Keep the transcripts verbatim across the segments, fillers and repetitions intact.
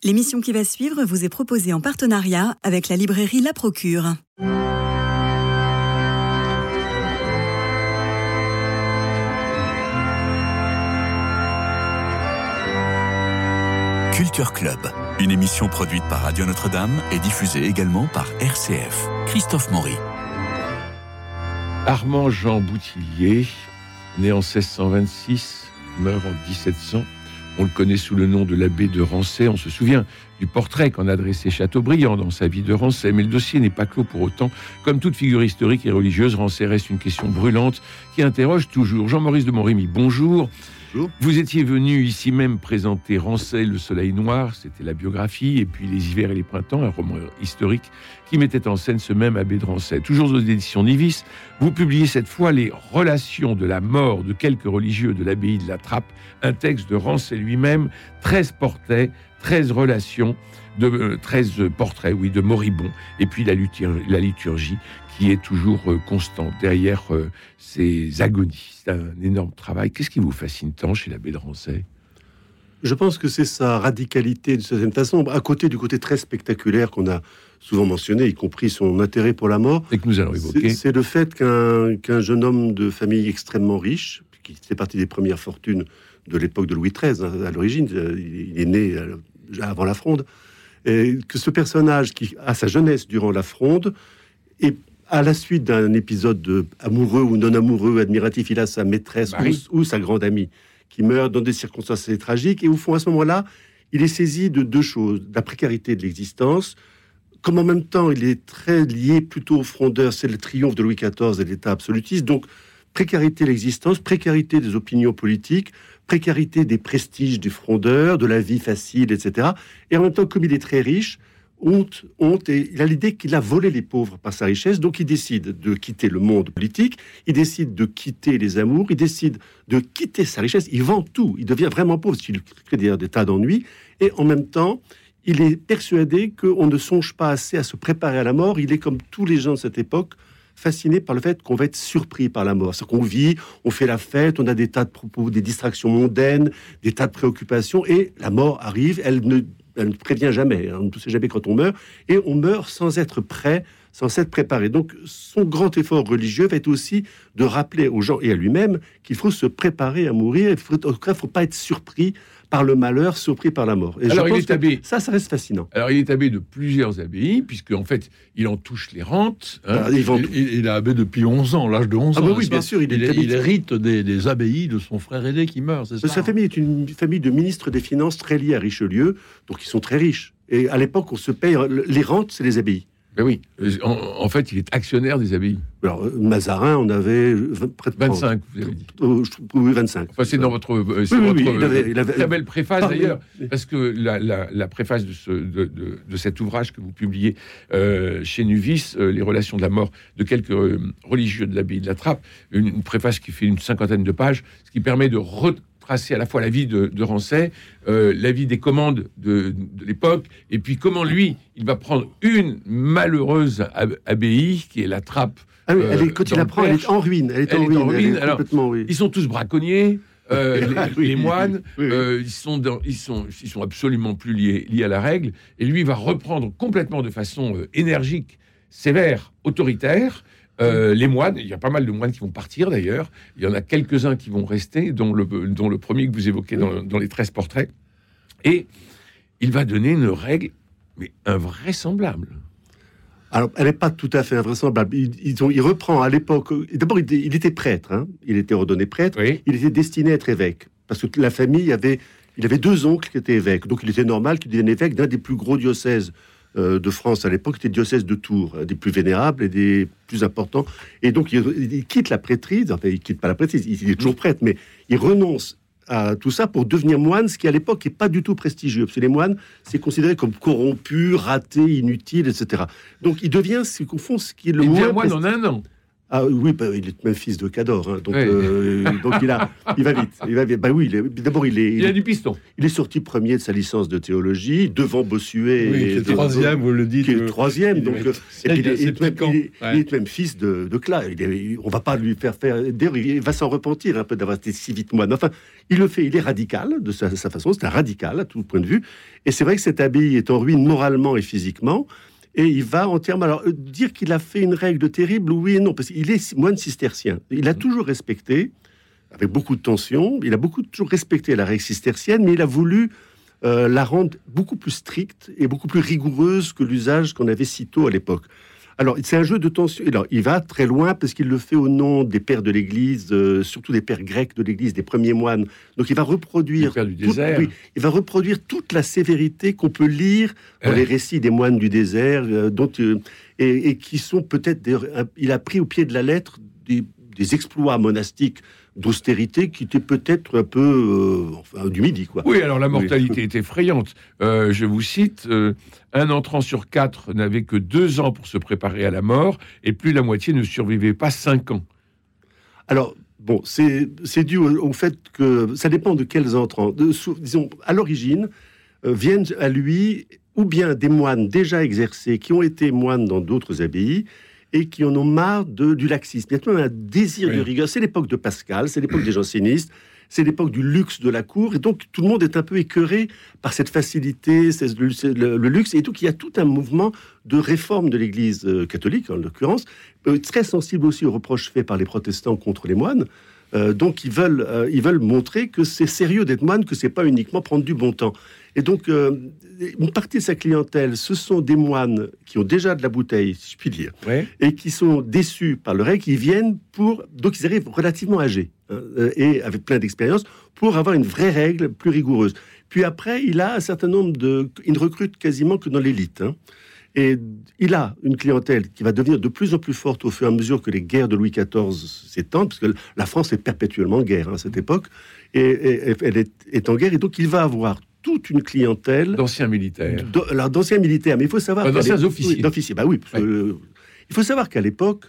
L'émission qui va suivre vous est proposée en partenariat avec la librairie La Procure. Culture Club, une émission produite par Radio Notre-Dame et diffusée également par R C F. Christophe Maury. Armand Jean Boutillier, né en seize cent vingt-six, meurt en dix-sept cents. On le connaît sous le nom de l'abbé de Rancé. On se souvient du portrait qu'en a dressé Chateaubriand dans sa vie de Rancé. Mais le dossier n'est pas clos pour autant. Comme toute figure historique et religieuse, Rancé reste une question brûlante qui interroge toujours. Jean-Maurice de Montrémy, bonjour. Bonjour. Vous étiez venu ici même présenter Rancé, le soleil noir, c'était la biographie, et puis Les hivers et les printemps, un roman historique qui mettait en scène ce même abbé de Rancé. Toujours aux éditions Nivis, vous publiez cette fois Les relations de la mort de quelques religieux de l'abbaye de la Trappe, un texte de Rancé lui-même, treize portraits, treize relations, de, euh, treize portraits, oui, de moribonds, et puis la liturgie, la liturgie qui est toujours euh, constante derrière euh, ces agonies. C'est un énorme travail. Qu'est-ce qui vous fascine tant chez l'abbé de Rancé ? Je pense que c'est sa radicalité de certaine façon, à côté du côté très spectaculaire qu'on a souvent mentionné, y compris son intérêt pour la mort. Et que nous allons évoquer. C'est, c'est le fait qu'un, qu'un jeune homme de famille extrêmement riche, qui fait partie des premières fortunes de l'époque de Louis treize, à l'origine, il est né avant la Fronde, et que ce personnage qui a sa jeunesse durant la Fronde, et à la suite d'un épisode de amoureux ou non amoureux, admiratif, il a sa maîtresse ou, ou sa grande amie qui meurt dans des circonstances assez tragiques, et au fond, à ce moment-là, il est saisi de deux choses: la précarité de l'existence, comme en même temps, il est très lié plutôt aux frondeurs, c'est le triomphe de Louis quatorze et l'État absolutiste, donc précarité de l'existence, précarité des opinions politiques, précarité des prestiges des frondeurs, de la vie facile, et cetera. Et en même temps, comme il est très riche, honte, honte, et il a l'idée qu'il a volé les pauvres par sa richesse, donc il décide de quitter le monde politique, il décide de quitter les amours, il décide de quitter sa richesse, il vend tout, il devient vraiment pauvre, ce qui lui crée d'ailleurs des tas d'ennuis, et en même temps, il est persuadé qu'on ne songe pas assez à se préparer à la mort. Il est comme tous les gens de cette époque, fasciné par le fait qu'on va être surpris par la mort. C'est qu'on vit, on fait la fête, on a des tas de propos, des distractions mondaines, des tas de préoccupations, et la mort arrive, elle ne, elle ne prévient jamais, hein, on ne sait jamais quand on meurt, et on meurt sans être prêt, sans s'être préparé. Donc son grand effort religieux va être aussi de rappeler aux gens et à lui-même qu'il faut se préparer à mourir, il faut, en tout cas, il ne faut pas être surpris par le malheur, surpris par la mort. Et Alors, je il pense est abbé. Ça, ça reste fascinant. Alors, il est abbé de plusieurs abbayes, puisque en fait, il en touche les rentes. Hein. Alors, il, il, il, il est abbé depuis onze ans, l'âge de onze ah ans. bah oui, bien sûr. Il, il, est il hérite des, des abbayes de son frère aîné qui meurt, c'est ça. Sa famille est une famille de ministres des Finances très liés à Richelieu, donc ils sont très riches. Et à l'époque, on se paye... Les rentes, c'est les abbayes. Ben oui, en, en fait, il est actionnaire des abbayes. Alors, Mazarin, on avait près de vingt-cinq, vous avez dit. Euh, oui, vingt-cinq. Enfin, c'est dans votre, euh, c'est oui, votre oui, oui, il avait, il avait, très belle préface, pardon. d'ailleurs, parce que la, la, la préface de, ce, de, de, de cet ouvrage que vous publiez euh, chez Nuvis, euh, Les relations de la mort de quelques euh, religieux de l'abbaye de la Trappe, une, une préface qui fait une cinquantaine de pages, ce qui permet de retracer à la fois la vie de, de Rancé, euh, la vie des commandes de, de l'époque, et puis comment lui, il va prendre une malheureuse ab- abbaye, qui est la Trappe. Ah oui, elle est, euh, quand il la prend, elle est en ruine. Elle est, Elle en, est ruine, en ruine. elle est Alors, complètement, oui. Ils sont tous braconniers. Euh, les, Oui, les moines, oui, oui. Euh, ils, sont dans, ils, sont, ils sont absolument plus liés, liés à la règle. Et lui va reprendre complètement de façon euh, énergique, sévère, autoritaire. Euh, les moines, il y a pas mal de moines qui vont partir d'ailleurs. Il y en a quelques-uns qui vont rester, dont le, dont le premier que vous évoquez dans, dans les treize portraits. Et il va donner une règle, mais invraisemblable. Alors, elle n'est pas tout à fait invraisemblable. Il, il, il reprend à l'époque... D'abord, il, il était prêtre. Hein. Il était ordonné prêtre. Oui. Il était destiné à être évêque. Parce que la famille avait... Il avait deux oncles qui étaient évêques. Donc, il était normal qu'il devienne évêque d'un des plus gros diocèses euh, de France à l'époque. C'était le diocèse de Tours, un des plus vénérables et des plus importants. Et donc, il, il quitte la prêtrise. Enfin, il quitte pas la prêtrise. Il, il est toujours prêtre, mais il renonce à tout ça pour devenir moine, ce qui à l'époque n'est pas du tout prestigieux, parce que les moines, c'est considéré comme corrompu, raté, inutile, et cetera. Donc il devient, c'est qu'au fond, ce qui est le il moins... devient moine presti- en un an. Ah oui, bah, il est même fils de Cador, hein, donc, Ouais. euh, donc il, a, il va vite. Il va vite. Bah oui, il est, d'abord, il est, Il il, a est, du piston. il est sorti premier de sa licence de théologie, devant Bossuet. Oui, et qui est de- troisième, vous le dites. qui est euh, troisième, il donc est- euh, c'est et puis il, est, assez il est même, piquant. il est- Ouais. il est même fils de, de Clas. Il est- on va pas lui faire faire. D'ailleurs, il va s'en repentir un peu d'avoir été si vite moine. Enfin, il le fait. Il est radical de sa, sa façon. C'est un radical à tout point de vue. Et c'est vrai que cette abbaye est en ruine moralement et physiquement. Et il va entièrement. Alors, euh, dire qu'il a fait une règle terrible, oui et non, parce qu'il est moine cistercien. Il a toujours respecté, avec beaucoup de tension, il a beaucoup toujours respecté la règle cistercienne, mais il a voulu euh, la rendre beaucoup plus stricte et beaucoup plus rigoureuse que l'usage qu'on avait si tôt à l'époque. Alors, c'est un jeu de tension. Alors, il va très loin parce qu'il le fait au nom des pères de l'Église, euh, surtout des pères grecs de l'Église, des premiers moines. Donc, il va reproduire, Les pères du toute- désert. oui, il va reproduire toute la sévérité qu'on peut lire dans Ouais. les récits des moines du désert, euh, dont, euh, et, et qui sont peut-être. Des, il a pris au pied de la lettre des, des exploits monastiques d'austérité qui étaient peut-être un peu euh, enfin, du midi, quoi. Oui, alors la mortalité Oui. est effrayante. Euh, je vous cite, euh, un entrant sur quatre n'avait que deux ans pour se préparer à la mort, et plus de la moitié ne survivait pas cinq ans. Alors, bon, c'est c'est dû au, au fait que ça dépend de quels entrants. De, sou- disons, à l'origine, euh, viennent à lui ou bien des moines déjà exercés qui ont été moines dans d'autres abbayes et qui en ont marre de, du laxisme. Il y a tout un désir Oui. de rigueur. C'est l'époque de Pascal, c'est l'époque des jansénistes, c'est l'époque du luxe de la cour, et donc tout le monde est un peu écœuré par cette facilité, c'est le, c'est le- le luxe, et donc il y a tout un mouvement de réforme de l'Église euh, catholique, en l'occurrence, euh, très sensible aussi aux reproches faits par les protestants contre les moines. Euh, donc ils veulent, euh, ils veulent montrer que c'est sérieux d'être moine, que c'est pas uniquement prendre du bon temps. Et donc euh, une partie de sa clientèle, ce sont des moines qui ont déjà de la bouteille, si je puis dire, Ouais. et qui sont déçus par le règle, qui viennent pour... Donc, ils arrivent relativement âgés, hein, euh, et avec plein d'expérience, pour avoir une vraie règle plus rigoureuse. Puis après, il a un certain nombre de... Il ne recrute quasiment que dans l'élite, hein. Et il a une clientèle qui va devenir de plus en plus forte au fur et à mesure que les guerres de Louis quatorze s'étendent, parce que la France est perpétuellement en guerre, hein, à cette époque, et, et- et elle est, est en guerre, et donc il va avoir toute une clientèle... D'anciens militaires. D- alors, d'anciens militaires, mais il faut savoir... Euh, qu'à d'anciens l'é- officiers. Oui, d'officiers, bah oui. Parce que, euh, il faut savoir qu'à l'époque,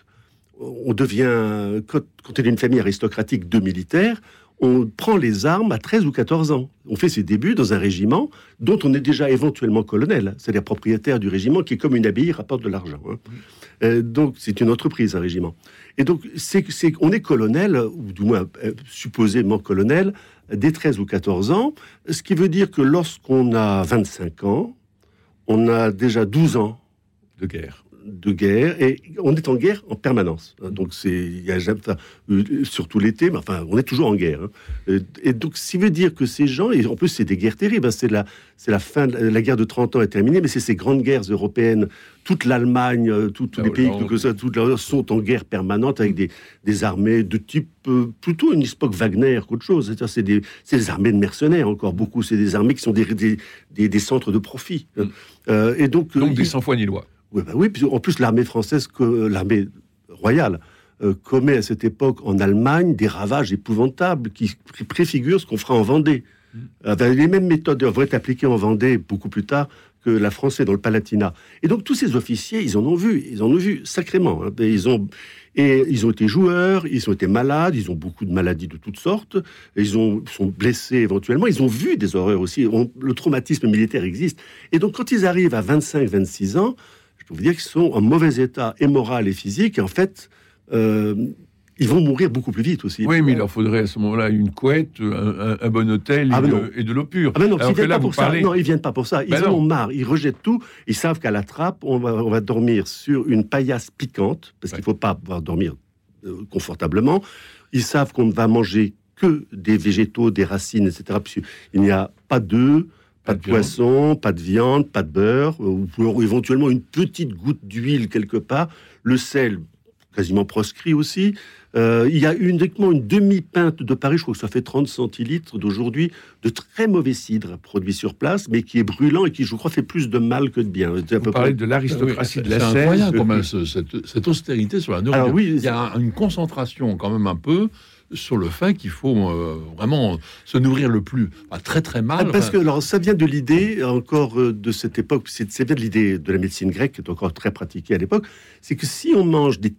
on devient, quand, quand on est une famille aristocratique de militaires, on prend les armes à treize ou quatorze ans. On fait ses débuts dans un régiment dont on est déjà éventuellement colonel, c'est-à-dire propriétaire du régiment, qui est comme une abbaye, rapporte de l'argent, hein. Euh, donc, c'est une entreprise, un régiment. Et donc, c'est, c'est, on est colonel, ou du moins euh, supposément colonel, dès treize ou quatorze ans, ce qui veut dire que lorsqu'on a vingt-cinq ans, on a déjà douze ans De guerre. de guerre, et on est en guerre en permanence. Donc, c'est, il y a jamais, enfin, euh, surtout l'été, mais enfin, on est toujours en guerre, hein. Euh, Et donc, ce qui veut dire que ces gens, et en plus, c'est des guerres terribles, hein, c'est la, c'est la fin, de, la guerre de trente ans est terminée, mais c'est ces grandes guerres européennes, toute l'Allemagne, euh, tout- tous La les pays Hollande. que ça, toute la- sont en guerre permanente avec des, des armées de type, euh, plutôt une époque Wagner qu'autre chose. C'est-à-dire, c'est des, c'est des armées de mercenaires, encore beaucoup, c'est des armées qui sont des, des, des, des centres de profit. Mm. Euh, et donc, Donc euh, des il- sans foi ni loi. oui, bah oui, puis en plus l'armée française, que l'armée royale, euh, commet à cette époque en Allemagne des ravages épouvantables qui pré- préfigurent ce qu'on fera en Vendée. Mm. Avec les mêmes méthodes vont être appliquées en Vendée beaucoup plus tard que la française dans le Palatinat. Et donc tous ces officiers, ils en ont vu, ils en ont vu sacrément, hein. Et ils ont et ils ont été joueurs, ils ont été malades, ils ont beaucoup de maladies de toutes sortes, et ils ont sont blessés éventuellement, ils ont vu des horreurs aussi. On- le traumatisme militaire existe. Et donc quand ils arrivent à vingt-cinq vingt-six ans, je peux vous dire qu'ils sont en mauvais état et moral et physique, et en fait, euh, ils vont mourir beaucoup plus vite aussi. Oui, mais il leur faudrait à ce moment-là une couette, un, un- un bon hôtel et, Ah, mais de, non. et de l'eau pure. Ah ben non, Alors ils que viennent là, pas vous pour parlez... ça. Non, ils viennent pas pour ça. Ils Ben en non. ont marre. Ils rejettent tout. Ils savent qu'à la trappe, on va, on va dormir sur une paillasse piquante, parce Ouais. qu'il faut pas pouvoir dormir euh, confortablement. Ils savent qu'on ne va manger que des végétaux, des racines, et cetera. Puis il n'y a pas d'œufs, pas, Pas de de viande. poisson, pas de viande, pas de beurre, ou, ou éventuellement une petite goutte d'huile quelque part. Le sel, quasiment proscrit aussi. Euh, il y a uniquement une demi-pinte de Paris, je crois que ça fait trente centilitres d'aujourd'hui, de très mauvais cidre produit sur place, mais qui est brûlant et qui, je crois, fait plus de mal que de bien. C'est à Vous peu parlez près... de l'aristocratie de C'est la incroyable chaise. quand même, ce- cette, cette austérité sur la nourriture. Alors oui, il y a un- une concentration quand même un peu sur le fait qu'il faut euh, vraiment se nourrir le plus, pas très très mal. Ah, parce enfin, que alors, ça vient de l'idée, encore euh, de cette époque, c'est, ça vient de l'idée de la médecine grecque, qui est encore très pratiquée à l'époque, c'est que si on mange des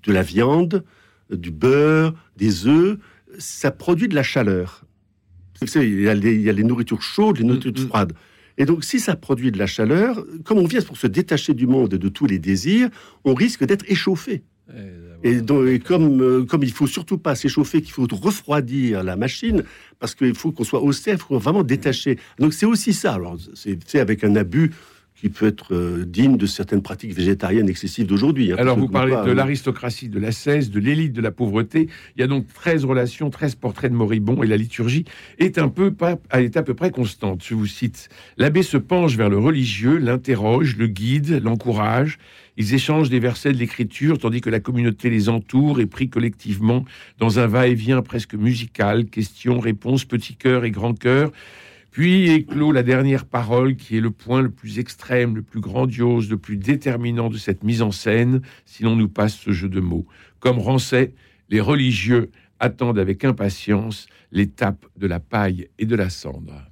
de la viande, du beurre, des œufs, ça produit de la chaleur. Vous savez, il y a les, il y a les nourritures chaudes, les nourritures mmh, froides. Et donc, si ça produit de la chaleur, comme on vient pour se détacher du monde et de tous les désirs, on risque d'être échauffé. Et, donc, et comme, euh, comme il faut surtout pas s'échauffer, qu'il faut refroidir la machine, parce qu'il faut qu'on soit austère, il faut vraiment détacher. Donc c'est aussi ça. Alors c'est, c'est avec un abus qui peut être euh, digne de certaines pratiques végétariennes excessives d'aujourd'hui. Hein, Alors vous parlez pas, de hein. l'aristocratie, de l'ascèse, de l'élite, de la pauvreté. Il y a donc treize relations, treize portraits de moribonds, et la liturgie est, un peu, est à peu près constante. Je vous cite. L'abbé se penche vers le religieux, l'interroge, le guide, l'encourage. Ils échangent des versets de l'Écriture, tandis que la communauté les entoure et prie collectivement dans un va-et-vient presque musical, questions, réponses, petit cœur et grand cœur. Puis éclot la dernière parole, qui est le point le plus extrême, le plus grandiose, le plus déterminant de cette mise en scène, si l'on nous passe ce jeu de mots. Comme Rancet, les religieux attendent avec impatience l'étape de la paille et de la cendre.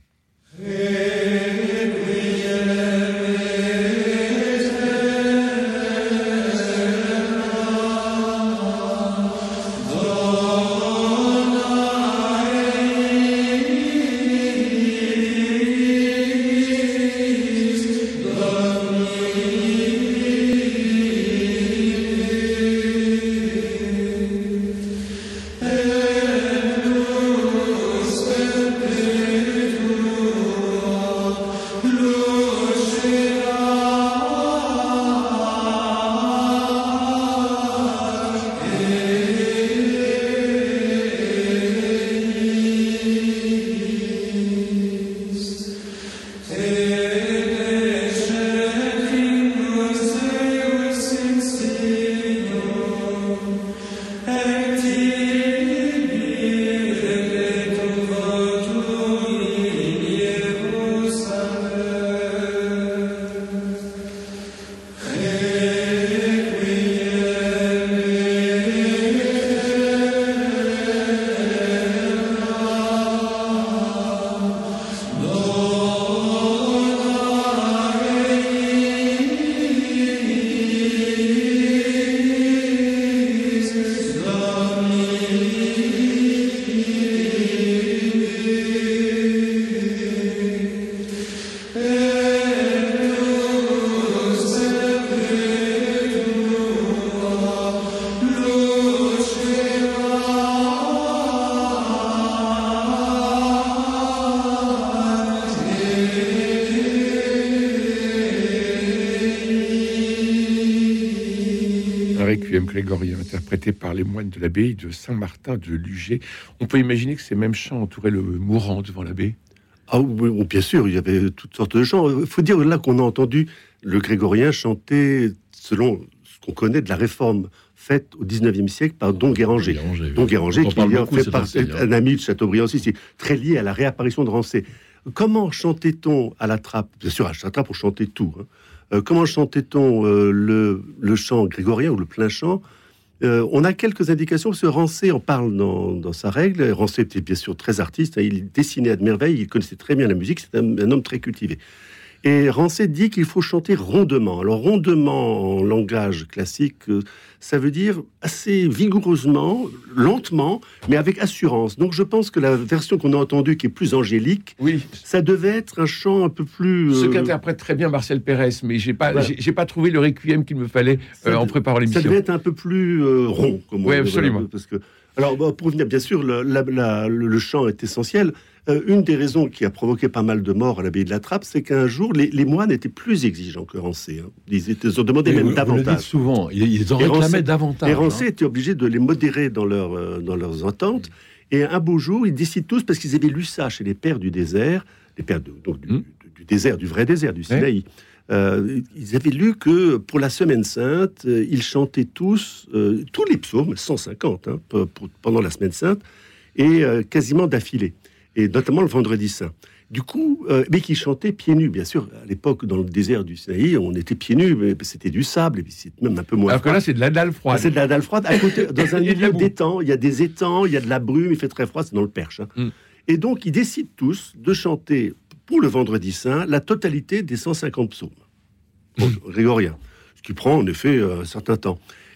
Grégorien, interprété par les moines de l'abbaye de Saint-Martin de Lugé. On peut imaginer que ces mêmes chants entouraient le mourant devant l'abbé. Ah oui, bien sûr, il y avait toutes sortes de chants. Il faut dire là qu'on a entendu le grégorien chanter selon ce qu'on connaît de la réforme faite au dix-neuvième siècle par Don Guéranger. Guéranger Don Guéranger, qui est fait par un ami de Chateaubriand aussi, c'est très lié à la réapparition de Rancet. Comment chantait-on à la trappe? Bien sûr, à la trappe, on chantait tout. Hein. Euh, comment chantait-on euh, le, le chant grégorien ou le plein chant? euh, On a quelques indications, parce que Rancet en parle dans, dans sa règle. Rancet était bien sûr très artiste, hein, il dessinait à de merveille, il connaissait très bien la musique, c'est un, un homme très cultivé. Et Rancet dit qu'il faut chanter rondement. Alors rondement en langage classique, euh, ça veut dire assez vigoureusement, lentement, mais avec assurance. Donc je pense que la version qu'on a entendue, qui est plus angélique, oui, ça devait être un chant un peu plus... Euh... Ce qu'interprète très bien Marcel Pérez, mais j'ai pas, voilà. j'ai, j'ai pas trouvé le requiem qu'il me fallait euh, en préparant l'émission. Ça devait être un peu plus euh, rond. Comme oui, absolument. Voilà, parce que, alors, bah, pour venir, bien sûr, le, la, la, le, le chant est essentiel. Euh, une des raisons qui a provoqué pas mal de morts à l'abbaye de la Trappe, c'est qu'un jour, les, les moines étaient plus exigeants que Rancet. Hein. Ils, étaient, ils ont demandé et même vous, davantage. Vous le dites souvent, ils, ils en réclamaient Rancet, davantage. Et Rancet hein. était obligé de les modérer dans, leur, euh, dans leurs ententes. Et un beau jour, ils décident tous, parce qu'ils avaient lu ça chez les pères du désert, les pères de, donc, du, mmh. du, du désert, du vrai désert, du Sinaï. Ouais. Euh, ils avaient lu que pour la Semaine Sainte, euh, ils chantaient tous, euh, tous les psaumes, cent cinquante, hein, pour, pour, pendant la Semaine Sainte, et euh, quasiment d'affilée, et notamment le Vendredi Saint. Du coup, euh, mais qui chantaient pieds nus, bien sûr. À l'époque, dans le désert du Sinaï, on était pieds nus, mais c'était du sable, et puis c'est même un peu moins. Alors froid. Que là, c'est de la dalle froide. Ah, c'est de la dalle froide. À côté, dans un milieu d'étang, il y a des étangs, il y a de la brume, il fait très froid, c'est dans le Perche. Hein. Mm. Et donc, ils décident tous de chanter pour le Vendredi Saint la totalité des cent cinquante psaumes. Bon, grégorien, ce qui prend en effet un certain temps.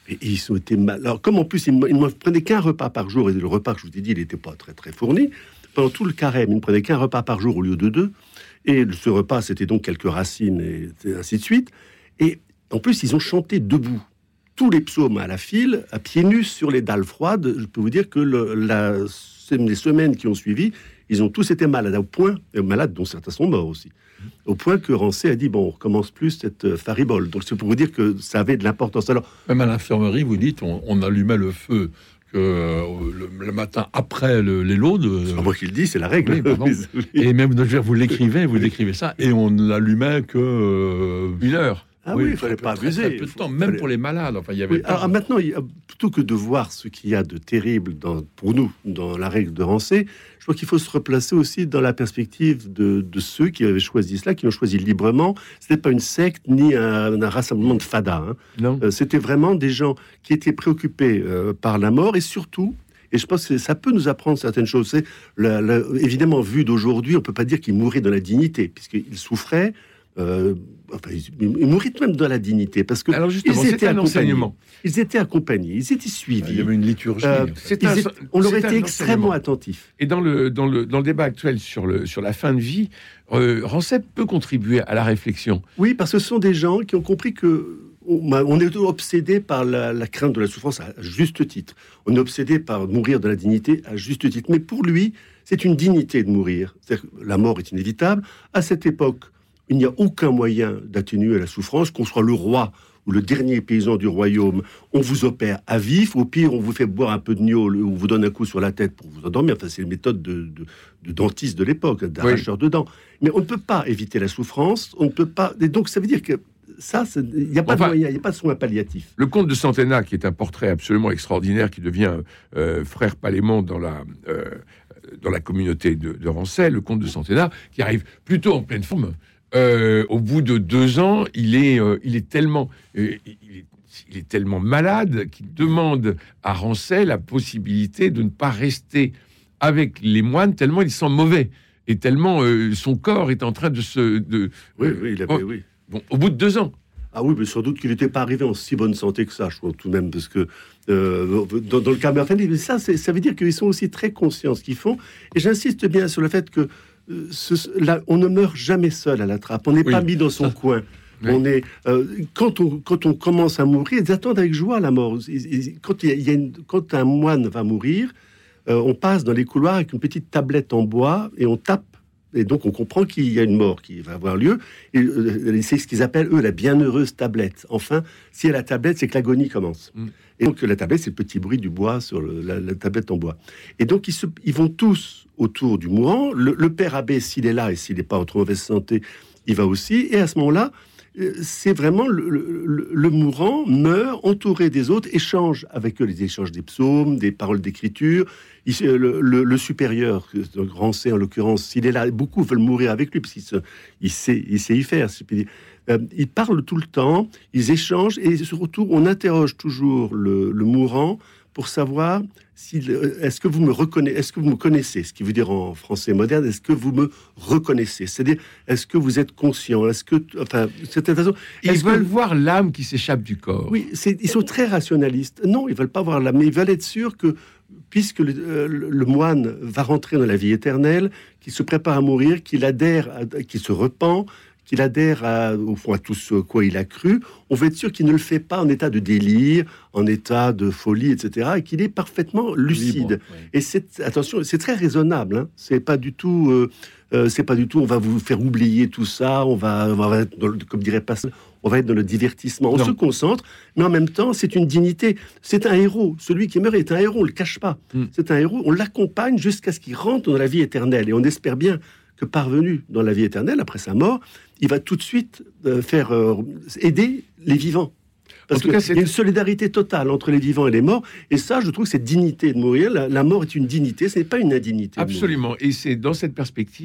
Et ils ont été mal. Alors, comme en plus, ils ne me prenaient qu'un repas par jour, et le repas que je vous ai dit, il n'était pas très, très fourni, pendant tout le carême, ils ne prenaient qu'un repas par jour au lieu de deux. Et ce repas, c'était donc quelques racines, et ainsi de suite. Et en plus, ils ont chanté debout. Tous les psaumes à la file, à pieds nus sur les dalles froides. Je peux vous dire que le, la, les semaines qui ont suivi, ils ont tous été malades, au point, malades dont certains sont morts aussi. Au point que Rancé a dit, bon, on recommence plus cette faribole. Donc c'est pour vous dire que ça avait de l'importance. Alors, même à l'infirmerie, vous dites, on, on allumait le feu que, euh, le, le matin après le, les laudes. C'est pas moi qui le dis, c'est la règle. Oui, et même, vous l'écrivez, vous décrivez ça, et on n'allumait que euh, une heure. Ah oui, il ne fallait pas très, abuser. Très peu de temps, même fallait... pour les malades. Enfin, il y avait oui, pas... alors maintenant, il y a, plutôt que de voir ce qu'il y a de terrible dans, pour nous dans la règle de Rancé, je crois qu'il faut se replacer aussi dans la perspective de, de ceux qui avaient choisi cela, qui l'ont choisi librement. Ce n'était pas une secte ni un, un rassemblement de fadas. Hein. Non. Euh, c'était vraiment des gens qui étaient préoccupés euh, par la mort et surtout. Et je pense que ça peut nous apprendre certaines choses. C'est la, la, évidemment, vu d'aujourd'hui, on ne peut pas dire qu'ils mouraient dans la dignité, puisqu'ils souffraient. Euh, enfin, ils, ils mouraient même dans la dignité parce que alors justement, ils étaient un enseignement. Ils étaient accompagnés, ils étaient suivis. Il y avait une liturgie. Euh, en fait. ils un, étaient, on leur était extrêmement attentifs. Et dans le dans le dans le débat actuel sur le sur la fin de vie, euh, Rancé peut contribuer à la réflexion. Oui, parce que ce sont des gens qui ont compris que on, on est obsédé par la, la crainte de la souffrance à juste titre. On est obsédé par mourir de la dignité à juste titre. Mais pour lui, c'est une dignité de mourir. C'est-à-dire que la mort est inévitable. À cette époque, il n'y a aucun moyen d'atténuer la souffrance, qu'on soit le roi ou le dernier paysan du royaume. On vous opère à vif, au pire, on vous fait boire un peu de gnôle ou on vous donne un coup sur la tête pour vous endormir. Enfin, c'est les méthodes de, de, de dentiste de l'époque, d'arracheur oui. de dents. Mais on ne peut pas éviter la souffrance, on ne peut pas... Et donc, ça veut dire que ça, il n'y a pas enfin, de moyen, il n'y a pas de soin palliatif. Le comte de Santena, qui est un portrait absolument extraordinaire, qui devient euh, frère Palémon dans la... Euh, dans la communauté de, de Rancé, le comte de Santena, qui arrive plutôt en pleine forme. Euh, au bout de deux ans, il est, euh, il est tellement, euh, il, est, il est tellement malade qu'il demande à Rancé la possibilité de ne pas rester avec les moines tellement il sent mauvais et tellement euh, son corps est en train de se, de, oui, oui, il avait, bon, oui. Bon, au bout de deux ans. Ah oui, mais sans doute qu'il n'était pas arrivé en si bonne santé que ça, je crois, tout de même, parce que euh, dans, dans le cas, mais enfin, ça, ça veut dire qu'ils sont aussi très conscients de ce qu'ils font. Et j'insiste bien sur le fait que euh, ce, là, on ne meurt jamais seul à la trappe. On n'est oui, pas mis dans son ça. coin. Oui. On est euh, quand on quand on commence à mourir, ils attendent avec joie la mort. Ils, ils, quand il y a, il y a une, quand un moine va mourir, euh, on passe dans les couloirs avec une petite tablette en bois et on tape. Et donc, on comprend qu'il y a une mort qui va avoir lieu. Et euh, c'est ce qu'ils appellent, eux, la bienheureuse tablette. Enfin, si il y a la tablette, c'est que l'agonie commence. Mm. Et donc, la tablette, c'est le petit bruit du bois sur le, la, la tablette en bois. Et donc, ils, se, ils vont tous autour du mourant. Le, le père abbé, s'il est là et s'il n'est pas en trop mauvaise santé, il va aussi. Et à ce moment-là, c'est vraiment le, le, le mourant meurt entouré des autres, échange avec eux, les échanges des psaumes, des paroles d'écriture. Il, le, le, le supérieur, Rancé en l'occurrence, s'il est là, beaucoup veulent mourir avec lui parce qu'il se, il sait, il sait y faire. Euh, ils parlent tout le temps, ils échangent et surtout on interroge toujours le, le mourant pour savoir si, est-ce que vous me reconnaissez, est-ce que vous me connaissez, ce qui veut dire en français moderne, est-ce que vous me reconnaissez, c'est-à-dire est-ce que vous êtes conscient, est-ce que, enfin, de certaine façon, ils veulent que... voir l'âme qui s'échappe du corps. Oui, c'est, ils sont très rationalistes. Non, ils veulent pas voir l'âme, mais ils veulent être sûrs que puisque le, euh, le moine va rentrer dans la vie éternelle, qu'il se prépare à mourir, qu'il adhère, à, qu'il se repent, qu'il adhère à, au fond à tout ce quoi il a cru, on veut être sûr qu'il ne le fait pas en état de délire, en état de folie, et cetera, et qu'il est parfaitement lucide. Libre, oui. Et c'est, attention, c'est très raisonnable. Hein. C'est pas du tout, euh, euh, c'est pas du tout. On va vous faire oublier tout ça. On va, on va être dans le, comme dirait Pascal, on va être dans le divertissement. On non. se concentre, mais en même temps, c'est une dignité. C'est un héros. Celui qui meurt est un héros. On le cache pas. Mm. C'est un héros. On l'accompagne jusqu'à ce qu'il rentre dans la vie éternelle, et on espère bien que parvenu dans la vie éternelle, après sa mort, il va tout de suite euh, faire euh, aider les vivants. Parce qu'il y a une solidarité totale entre les vivants et les morts. Et ça, je trouve que cette dignité de mourir, la, la mort est une dignité, ce n'est pas une indignité. Absolument. Et c'est dans cette perspective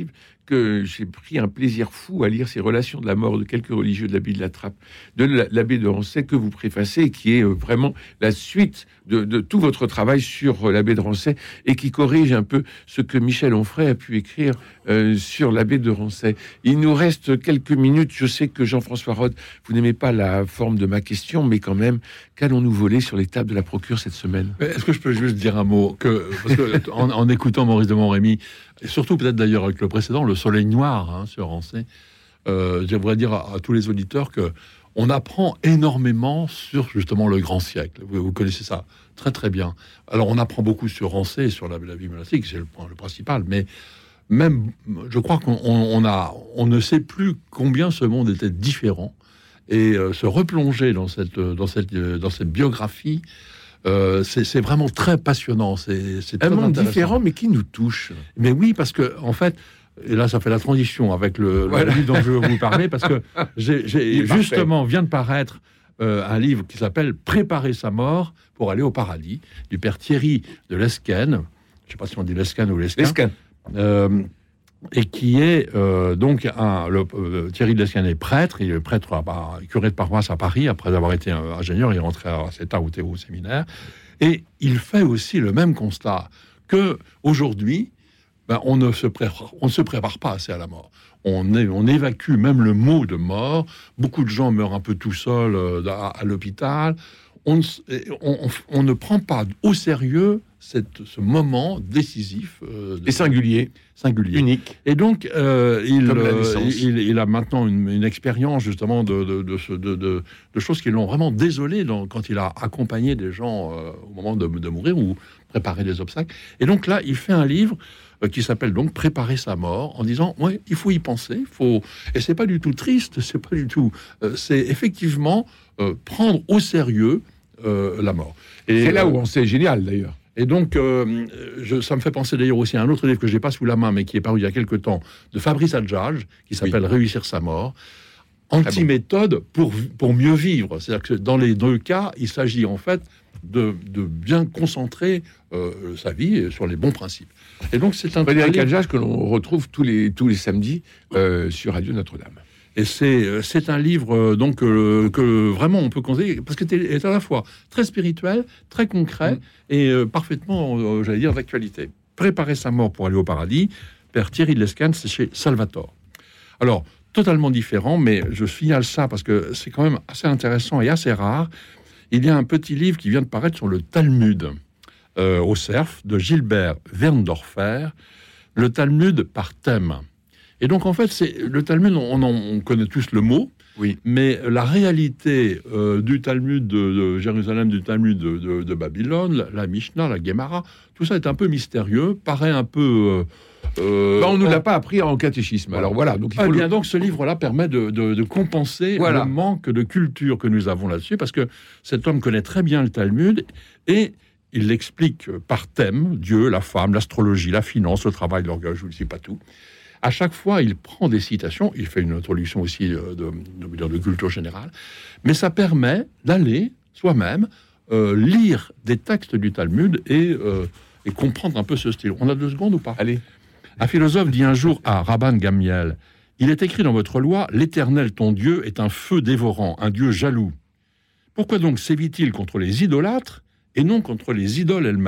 que j'ai pris un plaisir fou à lire ces relations de la mort de quelques religieux de l'abbaye de la Trappe, de l'abbé de Rancé, que vous préfacez, qui est vraiment la suite de, de tout votre travail sur l'abbé de Rancé, et qui corrige un peu ce que Michel Onfray a pu écrire euh, sur l'abbé de Rancé. Il nous reste quelques minutes. Je sais que Jean-François Rode, vous n'aimez pas la forme de ma question, mais quand même, qu'allons-nous voler sur les tables de la procure cette semaine? Est-ce que je peux juste dire un mot que, parce que en, en écoutant Maurice de Montrémy, et surtout peut-être d'ailleurs avec le précédent, Le Soleil Noir, hein, sur Rancé, euh, j'aimerais dire à, à tous les auditeurs que on apprend énormément sur justement le grand siècle. Vous, vous connaissez ça très très bien. Alors on apprend beaucoup sur Rancé et sur la, la vie monastique, c'est le point le principal, mais même, je crois qu'on on a, on ne sait plus combien ce monde était différent, et euh, se replonger dans cette, dans cette, dans cette biographie, euh, c'est, c'est vraiment très passionnant. C'est, c'est un monde différent, mais qui nous touche. Mais oui, parce que en fait, et là, ça fait la transition avec le, le voilà. livre dont je veux vous parler, parce que j'ai, j'ai justement vient de paraître euh, un livre qui s'appelle « Préparer sa mort pour aller au paradis » du père Thierry de Lesquen. Je ne sais pas si on dit Lesquen ou Lesquen. Lesquen. Euh, et qui est euh, donc un le, euh, Thierry de Lesquen est prêtre, il est prêtre, à, à, curé de paroisse à Paris après avoir été un, ingénieur, il est rentré assez tard au, au séminaire, et il fait aussi le même constat que aujourd'hui. Ben, on, ne se prépare, on ne se prépare pas assez à la mort. On, est, on évacue même le mot de mort. Beaucoup de gens meurent un peu tout seuls euh, à, à l'hôpital. On, on, on ne prend pas au sérieux cette, ce moment décisif. Euh, de, et singulier. Singulier. Unique. Et donc, euh, il, euh, il, il a maintenant une, une expérience, justement, de, de, de, de, de, de choses qui l'ont vraiment désolé dans, quand il a accompagné des gens euh, au moment de, de mourir ou préparé des obsèques. Et donc là, il fait un livre qui s'appelle donc Préparer sa mort, en disant ouais, il faut y penser, il faut, et c'est pas du tout triste, c'est pas du tout, euh, c'est effectivement euh, prendre au sérieux euh, la mort. Et c'est là où on sait génial d'ailleurs. Et donc, euh, je, ça me fait penser d'ailleurs aussi à un autre livre que j'ai pas sous la main, mais qui est paru il y a quelque temps, de Fabrice Adjadj, qui s'appelle oui. Réussir sa mort. Anti-méthode pour, pour mieux vivre. C'est-à-dire que dans les deux cas, il s'agit en fait de, de bien concentrer euh, sa vie sur les bons principes. Et donc c'est un Frédéric Adjadj que l'on retrouve tous les, tous les samedis euh, sur Radio Notre-Dame. Et c'est, c'est un livre euh, donc euh, que vraiment on peut conseiller, parce que c'est à la fois très spirituel, très concret, mmh. et euh, parfaitement, euh, j'allais dire, d'actualité. Préparer sa mort pour aller au paradis, père Thierry de Lesquen, c'est chez Salvatore. Alors, totalement différent, mais je signale ça parce que c'est quand même assez intéressant et assez rare. Il y a un petit livre qui vient de paraître sur le Talmud, euh, au Cerf, de Gilbert Werndorfer, le Talmud par thème. Et donc, en fait, c'est le Talmud, on, on, on connaît tous le mot, oui. mais la réalité euh, du Talmud de, de Jérusalem, du Talmud de, de, de Babylone, la, la Mishnah, la Gemara, tout ça est un peu mystérieux, paraît un peu... Euh, Euh, bah on ne nous on... l'a pas appris en catéchisme. Alors voilà. Donc, il faut ah, le... bien, donc ce livre-là permet de, de, de compenser voilà. le manque de culture que nous avons là-dessus, parce que cet homme connaît très bien le Talmud et il l'explique par thème, Dieu, la femme, l'astrologie, la finance, le travail, l'orgueil, je ne sais pas tout. À chaque fois, il prend des citations, il fait une introduction aussi de, de, de, de culture générale, mais ça permet d'aller soi-même euh, lire des textes du Talmud et, euh, et comprendre un peu ce style. On a deux secondes ou pas ? Allez. Un philosophe dit un jour à Rabban Gamliel, « Il est écrit dans votre loi, l'Éternel ton Dieu est un feu dévorant, un Dieu jaloux. Pourquoi donc sévit-il contre les idolâtres et non contre les idoles elles-mêmes »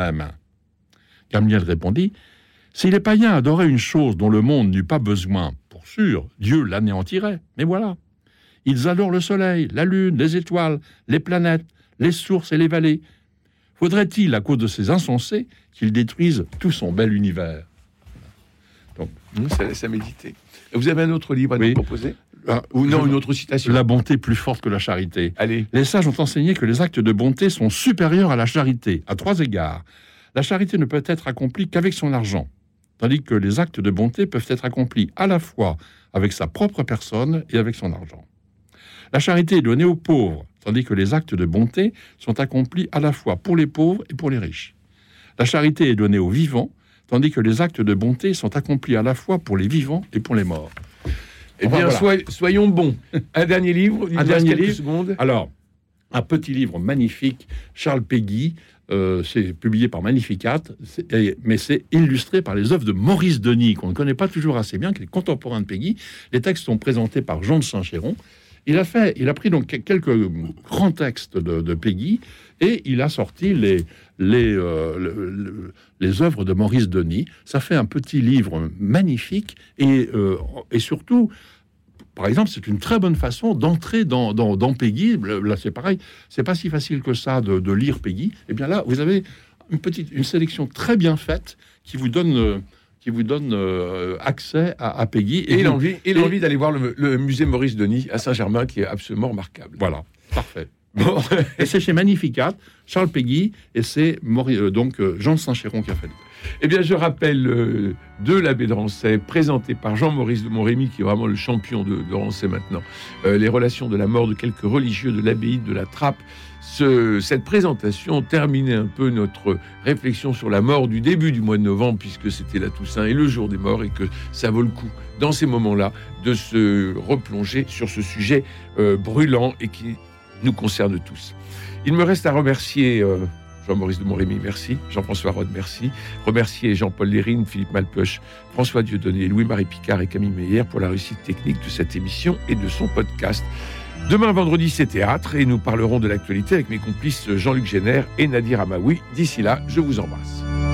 Gamliel répondit, « Si les païens adoraient une chose dont le monde n'eut pas besoin, pour sûr, Dieu l'anéantirait. Mais voilà, ils adorent le soleil, la lune, les étoiles, les planètes, les sources et les vallées. Faudrait-il, à cause de ces insensés, qu'ils détruisent tout son bel univers ?» Donc, ça laisse à méditer. Vous avez un autre livre à oui. nous proposer ah, Ou non, une autre citation? La bonté plus forte que la charité. Allez. Les sages ont enseigné que les actes de bonté sont supérieurs à la charité, à trois égards. La charité ne peut être accomplie qu'avec son argent, tandis que les actes de bonté peuvent être accomplis à la fois avec sa propre personne et avec son argent. La charité est donnée aux pauvres, tandis que les actes de bonté sont accomplis à la fois pour les pauvres et pour les riches. La charité est donnée aux vivants, tandis que les actes de bonté sont accomplis à la fois pour les vivants et pour les morts. Eh bien, enfin, voilà. soy, soyons bons. Un dernier livre, un dernier livre. Secondes. Alors, un petit livre magnifique, Charles Péguy. Euh, c'est publié par Magnificat, c'est, et, mais c'est illustré par les œuvres de Maurice Denis, qu'on ne connaît pas toujours assez bien, qui est contemporain de Péguy. Les textes sont présentés par Jean de Saint-Chéron. Il a fait, il a pris donc quelques grands textes de, de Péguy et il a sorti les les euh, le, le, les œuvres de Maurice Denis. Ça fait un petit livre magnifique et euh, et surtout. Par exemple, c'est une très bonne façon d'entrer dans, dans, dans Péguy. Là, c'est pareil, c'est pas si facile que ça de, de lire Péguy. Et bien là, vous avez une petite, une sélection très bien faite qui vous donne, euh, qui vous donne euh, accès à, à Péguy. Et, et vous, l'envie, et l'envie d'aller voir le, le musée Maurice Denis à Saint-Germain, qui est absolument remarquable. Voilà, parfait. Bon. Et c'est chez Magnificat, Charles Péguy, et c'est Maurice, euh, donc euh, Jean de Saint-Chéron qui a fait le. Eh bien, je rappelle euh, de l'abbé de Rancé, présenté par Jean-Maurice de Montrémy, qui est vraiment le champion de, de Rancé maintenant, euh, les relations de la mort de quelques religieux de l'abbaye de la Trappe. Ce, cette présentation terminait un peu notre réflexion sur la mort du début du mois de novembre, puisque c'était la Toussaint et le jour des morts, et que ça vaut le coup, dans ces moments-là, de se replonger sur ce sujet euh, brûlant et qui nous concerne tous. Il me reste à remercier... Euh, Jean-Maurice de Montrémy, merci. Jean-François Rode, merci. Remercier Jean-Paul Lérine, Philippe Malpeuch, François Dieudonné, Louis-Marie Picard et Camille Meyer pour la réussite technique de cette émission et de son podcast. Demain, vendredi, c'est théâtre et nous parlerons de l'actualité avec mes complices Jean-Luc Génère et Nadir Amaoui. D'ici là, je vous embrasse.